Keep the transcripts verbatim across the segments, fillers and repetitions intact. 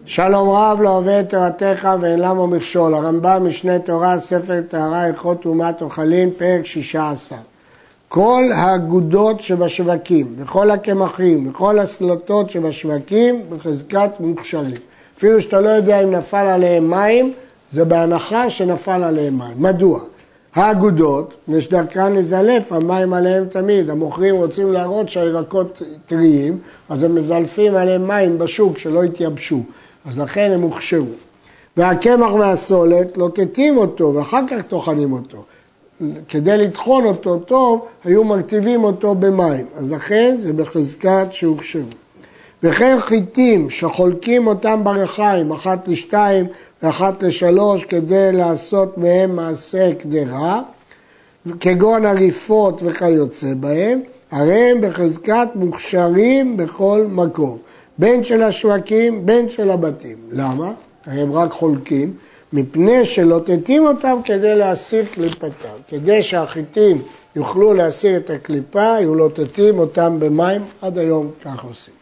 שלום רב לא אוהב את תורתך ואין למה מכשול. הרמב"ם משנה תורה, ספר טהרה, הלכות טומאת אוכלים, פרק שישה עשר. כל האגודות שבשווקים, וכל הקמחים, וכל הסלטות שבשווקים, בחזקת מוכשרים. אפילו שאתה לא יודע אם נפל עליהם מים, זה בהנחה שנפל עליהם מים. מדוע? האגודות, נשדרכן לזלף, המים עליהם תמיד. המוכרים רוצים להראות שהירקות טריים, אז הם מזלפים עליהם מים בשוק שלא יתייבשו. אז לכן הם הוכשרו. והקמח והסולת לוטטים אותו ואחר כך טוחנים אותו. כדי לטחון אותו טוב, היו מרטיבים אותו במים. אז לכן זה בחזקת שהוכשרו. וכן חיטים שחולקים אותם ברחיים, אחת לשתיים ואחת לשלוש, כדי לעשות מהם מעשה קדרה, כגון עריפות וכיוצא בהם, הרי הם בחזקת מוכשרים בכל מקום. בין של השווקים, בין של הבתים. למה? הרי הם רק חולקים, מפני שלוטטים אותם כדי להסיר קליפתם. כדי שהחיטים יוכלו להסיר את הקליפה, היו לוטטים אותם במים, עד היום כך עושים.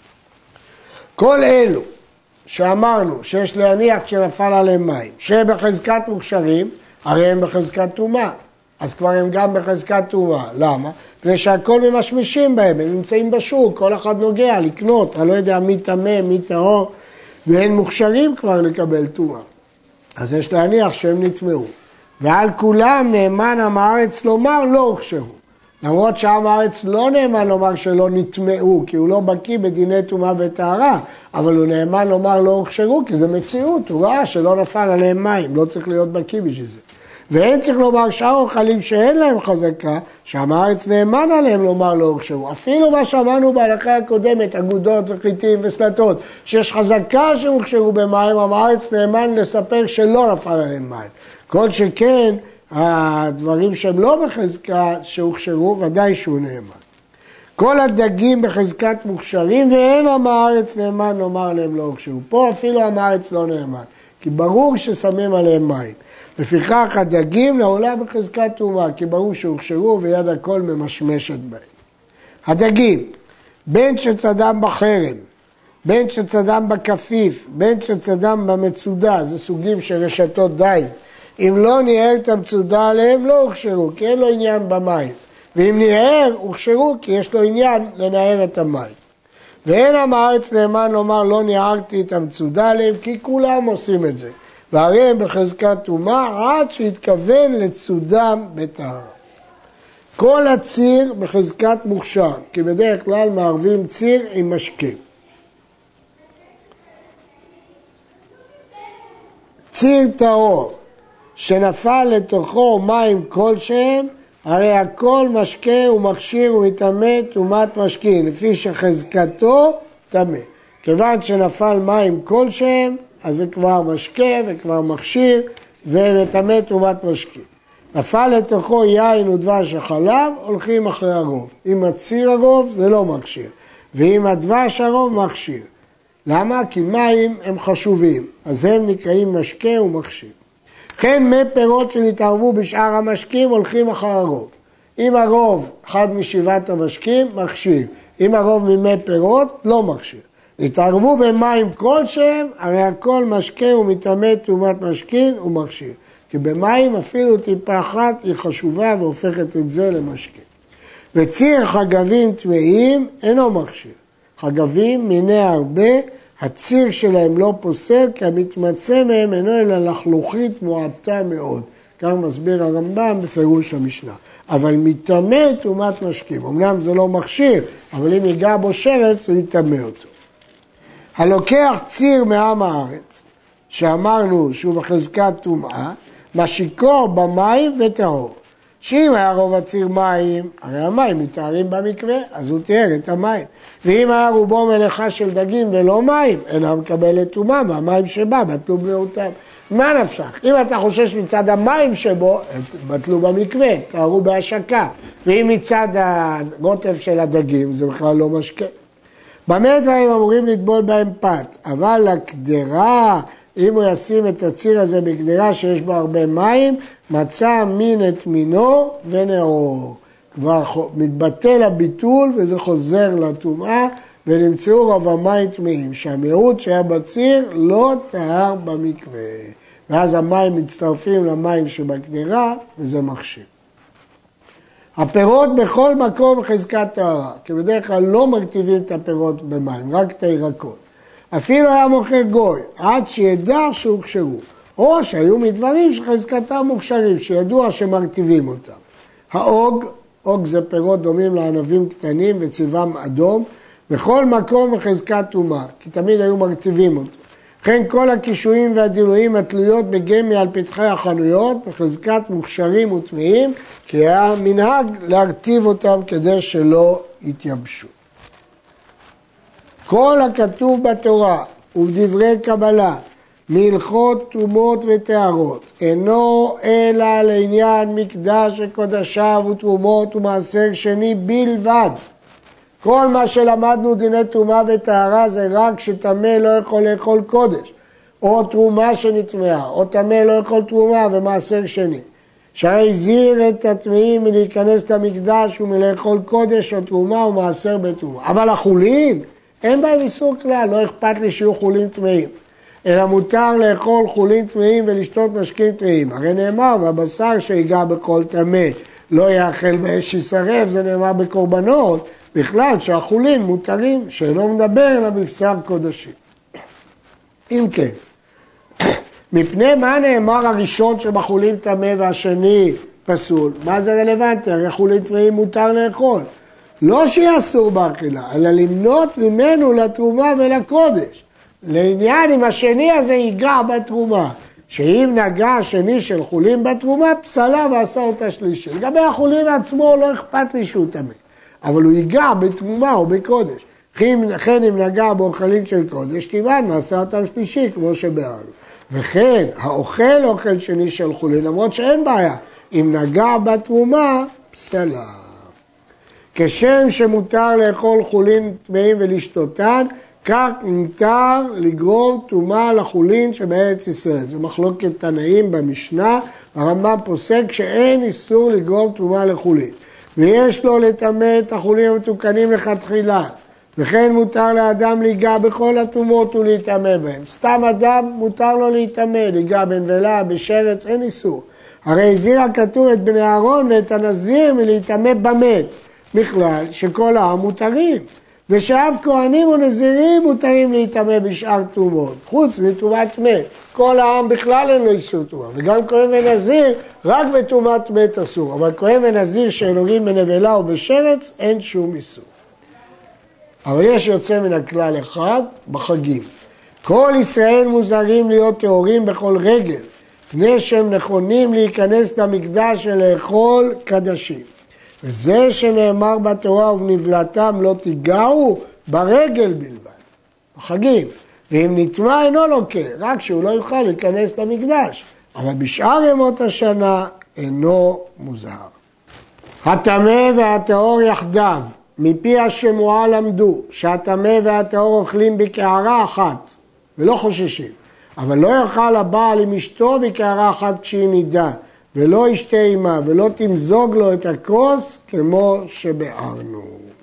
כל אלו שאמרנו שיש להניח שנפל עליהם מים, שהם בחזקת מוכשרים, הרי הם בחזקת טומאה. אז כבר הם גם בחזקת טומאה. למה? מפני שהכל ממשמשים בהם, הם נמצאים בשוק, כל אחד נוגע לקנות, אני לא יודע מי טמא, מי טהור, והם מוכשרים כבר לקבל טומאה. אז יש להניח שהם נטמאו. ועל כולם נאמן עם הארץ לומר לא הוכשרו. למרות שעם הארץ לא נאמן לומר שלא נטמאו, כי הוא לא בקיא בדיני טומאה וטהרה, אבל הוא נאמן לומר לא הוכשרו, כי זה מציאות, הוא ראה שלא נפל עליהם מים, לא צריך להיות בקיא בשביל זה. ואין צריך לומר שאר אוכלים שאין להם חזקה, שעם הארץ נאמן עליהם לומר לא הוכשרו. אפילו מה שאמרנו בהלכה הקודמת, אגודות וחיטים וסלטות, שיש חזקה שהוכשרו במים, עם הארץ נאמן לספר שלא נפל עליהם מים. כל שכן, הדברים שהם לא בחזקה שהוכשרו, ודאי שהוא נאמן. כל הדגים בחזקת מוכשרים, ואין עם הארץ נאמן לומר עליהם לא הוכשרו. פה אפילו עם הארץ לא נאמן, כי ברור ששמים עליהם מים. לפיכך הדגים לעולם בחזקת טומאה, כי ברור שהוכשרו ויד הכל ממשמשת בהם. הדגים, בין שצדם בחרם, בין שצדם בכפיף, בין שצדם במצודה, זה סוגים של רשתות דיג. אם לא ניער את המצודה עליהם, לא הוכשרו, כי אין לו עניין במים. ואם ניער, הוכשרו, כי יש לו עניין לנער את המים. ואין עם הארץ נאמן לומר לא ניערתי את המצודה עליהם, כי כולם עושים את זה. והרי הם בחזקת טומאה עד שהתכוון לצודם בטהרה. כל הציר בחזקת מוכשר, כי בדרך כלל מערבים ציר עם משקה. ציר טהור שנפל לתוכו מים כלשהם, הרי הכל משקה ומכשיר ומטמא טומאת משקין, לפי שחזקתו טמא. כיוון שנפל מים כלשהם, אז זה כבר משקה וכבר מכשיר ומטמא טומאת משקין. נפל לתוכו יין ודבש החלב, הולכים אחרי הרוב. אם הציר הרוב זה לא מכשיר, ואם הדבש הרוב מכשיר. למה? כי מים הם חשובים, אז הם נקראים משקה ומכשיר. כן, מי פירות שנתערבו בשאר המשקים הולכים אחר הרוב. אם הרוב אחד משבעת המשקים, מכשיר. אם הרוב ממי פירות, לא מכשיר. התערבו במים כלשהם, הרי הכל משקה ומטמא טומאת משקין ומכשיר. כי במים אפילו טיפה אחת היא חשובה והופכת את זה למשקה. וציר חגבים טמאים אינו מכשיר. חגבים מיני הרבה, הציר שלהם לא פוסל, כי המתמצא מהם אינו אלא לחלוכית מועטה מאוד. כך מסביר הרמב"ם בפירוש המשנה. אבל מטמא טומאת משקים. אמנם זה לא מכשיר, אבל אם ייגע בו שרץ, הוא יטמא אותו. הלוקח ציר מעם הארץ, שאמרנו שהוא בחזקת טומאה, משיקו במים וטהור. שאם היה רוב הציר מים, הרי המים מתארים במקווה, אז הוא תיאר את המים. ואם היה רובו מלאכה של דגים ולא מים, אינה מקבלת טומאה, והמים שבה בטלו בריאותם. מה נפשך? אם אתה חושש מצד המים שבו, בטלו במקווה, תארו בהשקה. ואם מצד הגוטף של הדגים, זה בכלל לא משקה. במה דברים אמורים לטבול בהם פת, אבל הקדרה, אם הוא ישים את הציר הזה בקדרה שיש בו הרבה מים, מצא מין את מינו ונאור. כבר מתבטל הביטול וזה חוזר לטומאה, ונמצאו רוב המים טמאים, שהמיעוט שהיה בציר לא טהר במקווה. ואז המים מצטרפים למים שבקדירה, וזה מכשיר. הפירות בכל מקום חזקת טהרה, כי בדרך כלל לא מרטיבים את הפירות במים, רק את הירקות. אפילו היה מוכר גוי, עד שידע שהוכשרו, או שהיו מדברים שחזקתם מוכשרים, שידוע שמרטיבים אותם. האוג, אוג זה פירות דומים לענבים קטנים וצבעם אדום, בכל מקום בחזקת טומאה, כי תמיד היו מרטיבים אותו. לכן כל הקישואים והדילויים התלויות בגמי על פתחי החנויות, בחזקת מוכשרים וטמאים, כי היה מנהג להרטיב אותם כדי שלא יתייבשו. כל הכתוב בתורה ובדברי קבלה, מהלכות תרומות וטהרות, אינו אלא לעניין מקדש וקודשיו ותרומות ומעשר שני בלבד. כל מה שלמדנו דיני תרומה וטהרה זה רק שטמא לא יכול לאכול קודש, או תרומה שנטמאה, או טמא לא יכול תרומה ומעשר שני. שהרי הזהיר את הטמאים מלהיכנס למקדש ומלאכול קודש או תרומה ומעשר בתרומה. אבל החולין, אין בהם איסור כלל, לא אכפת לי שיהיו חולין טמאים. אלא מותר לאכול חולין טמאים ולשתות משקים טמאים. הרי נאמר, והבשר שיגע בכל טמא לא יאכל באש ישרף, זה נאמר בקורבנות, בכלל שהחולין מותרים, שאינו מדבר אלא בבשר קודשים. אם כן, מפני מה נאמר הראשון שבחולין טמא והשני פסול? מה זה רלוונטי? הרי חולין טמאים מותר לאכול. לא שיהיה אסור באכילה, אלא למנות ממנו לתרומה ולקודש. לעניין אם השני הזה ייגע בתרומה, שאם נגע השני של חולין בתרומה, פסלה ועשה אותה שלישי. לגבי החולין עצמו לא אכפת לי שהוא טמא. אבל הוא ייגע בתרומה או בקודש. לכן אם נגע באוכלים של קודש, תימן ועשה אותם שלישי, כמו שבארנו. וכן, האוכל אוכל שני של חולין, למרות שאין בעיה. אם נגע בתרומה, פסלה. כשם שמותר לאכול חולין טמאים ולשתותן, כך מותר לגרום טומאה לחולין שבארץ ישראל. זה מחלוקת תנאים במשנה, הרמב"ם פוסק שאין איסור לגרום טומאה לחולין. ויש לו לטמא את החולין המתוקנים לכתחילה. וכן מותר לאדם להיגע בכל הטומאות ולהיטמא בהם. סתם אדם מותר לו להיטמא, להיגע בנבלה, בשרץ, אין איסור. הרי הזהיר הכתוב את בני אהרון ואת הנזיר מלהיטמא במת. בכלל שכל העם מותרים. ושאף כהנים ונזירים מותרים להיטמא בשאר טומאות. חוץ מטומאת מת. כל העם בכלל אין לו איסור טומאה. וגם כהן ונזיר רק בטומאת מת אסור. אבל כהן ונזיר שנוגעים בנבלה או בשרץ אין שום איסור. אבל יש יוצא מן הכלל אחד בחגים. כל ישראל מוזרים להיות טהורים בכל רגל, פני שהם נכונים להיכנס למקדש ולאכול קדשים. וזה שנאמר בתורה ובנבלתם לא תיגעו ברגל בלבד, בחגים. ואם נטמא אינו לוקה, רק שהוא לא יוכל להיכנס למקדש. אבל בשאר ימות השנה אינו מוזהר. הטמא והטהור יחדיו, מפי השמועה למדו שהטמא והטהור אוכלים בקערה אחת ולא חוששים. אבל לא יאכל הבעל עם אשתו בקערה אחת כשהיא נידה, ולא ישתה עמה ולא תמזוג לו את הכוס כמו שבארנו.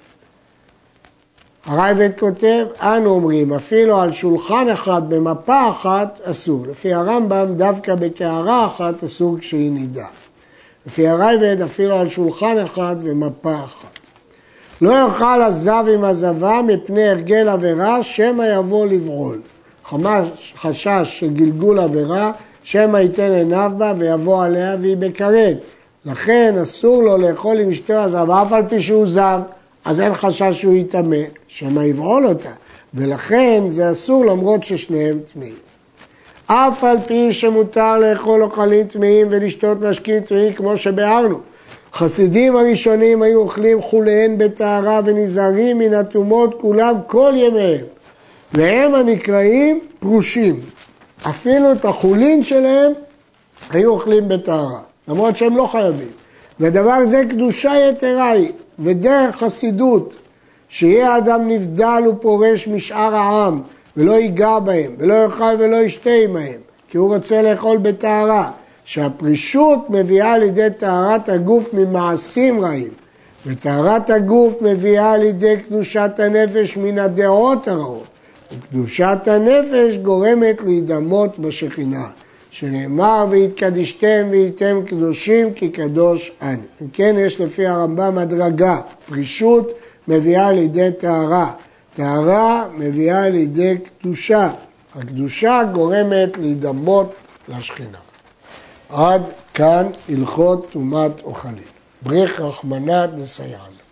הרייבד כותב, אנו אומרים, אפילו על שולחן אחד במפה אחת אסור. לפי הרמב"ם דווקא בקערה אחת אסור כשהיא נידה. לפי הרייבד אפילו על שולחן אחד ומפה אחת. לא יאכל הזב עם הזבה מפני הרגל עבירה, שמא יבוא לבעול. חשש של גלגול עבירה, שמא ייתן עיניו בה ויבוא עליה והיא בקרת. לכן אסור לו לאכול עם אשתו הזבה, אף על פי שהוא זב, אז אין חשש שהוא יטמא, שמא יבעול אותה. ולכן זה אסור למרות ששניהם טמאים. אף על פי שמותר לאכול אוכלים טמאים ולשתות משקים טמאים כמו שבארנו. חסידים הראשונים היו אוכלים חוליהם בטהרה ונזהרים מן הטומאות כולם כל ימיהם. והם הנקראים פרושים. אפילו את החולין שלהם היו אוכלים בטהרה, למרות שהם לא חייבים. ודבר זה קדושה יתרה היא, ודרך חסידות, שיהיה אדם נבדל ופורש משאר העם, ולא ייגע בהם, ולא יאכל ולא ישתה עמהם, כי הוא רוצה לאכול בטהרה, שהפרישות מביאה לידי טהרת הגוף ממעשים רעים, וטהרת הגוף מביאה לידי קדושת הנפש מן הדעות הרעות, וקדושת הנפש גורמת להידמות בשכינה, שנאמר והתקדישתם והייתם קדושים כי קדוש אני. אם כן יש לפי הרמב"ם מדרגה, פרישות מביאה לידי טהרה, טהרה מביאה לידי קדושה, הקדושה גורמת להידמות לשכינה. עד כאן הלכות טומאת אוכלים. בריך רחמנא דסייען.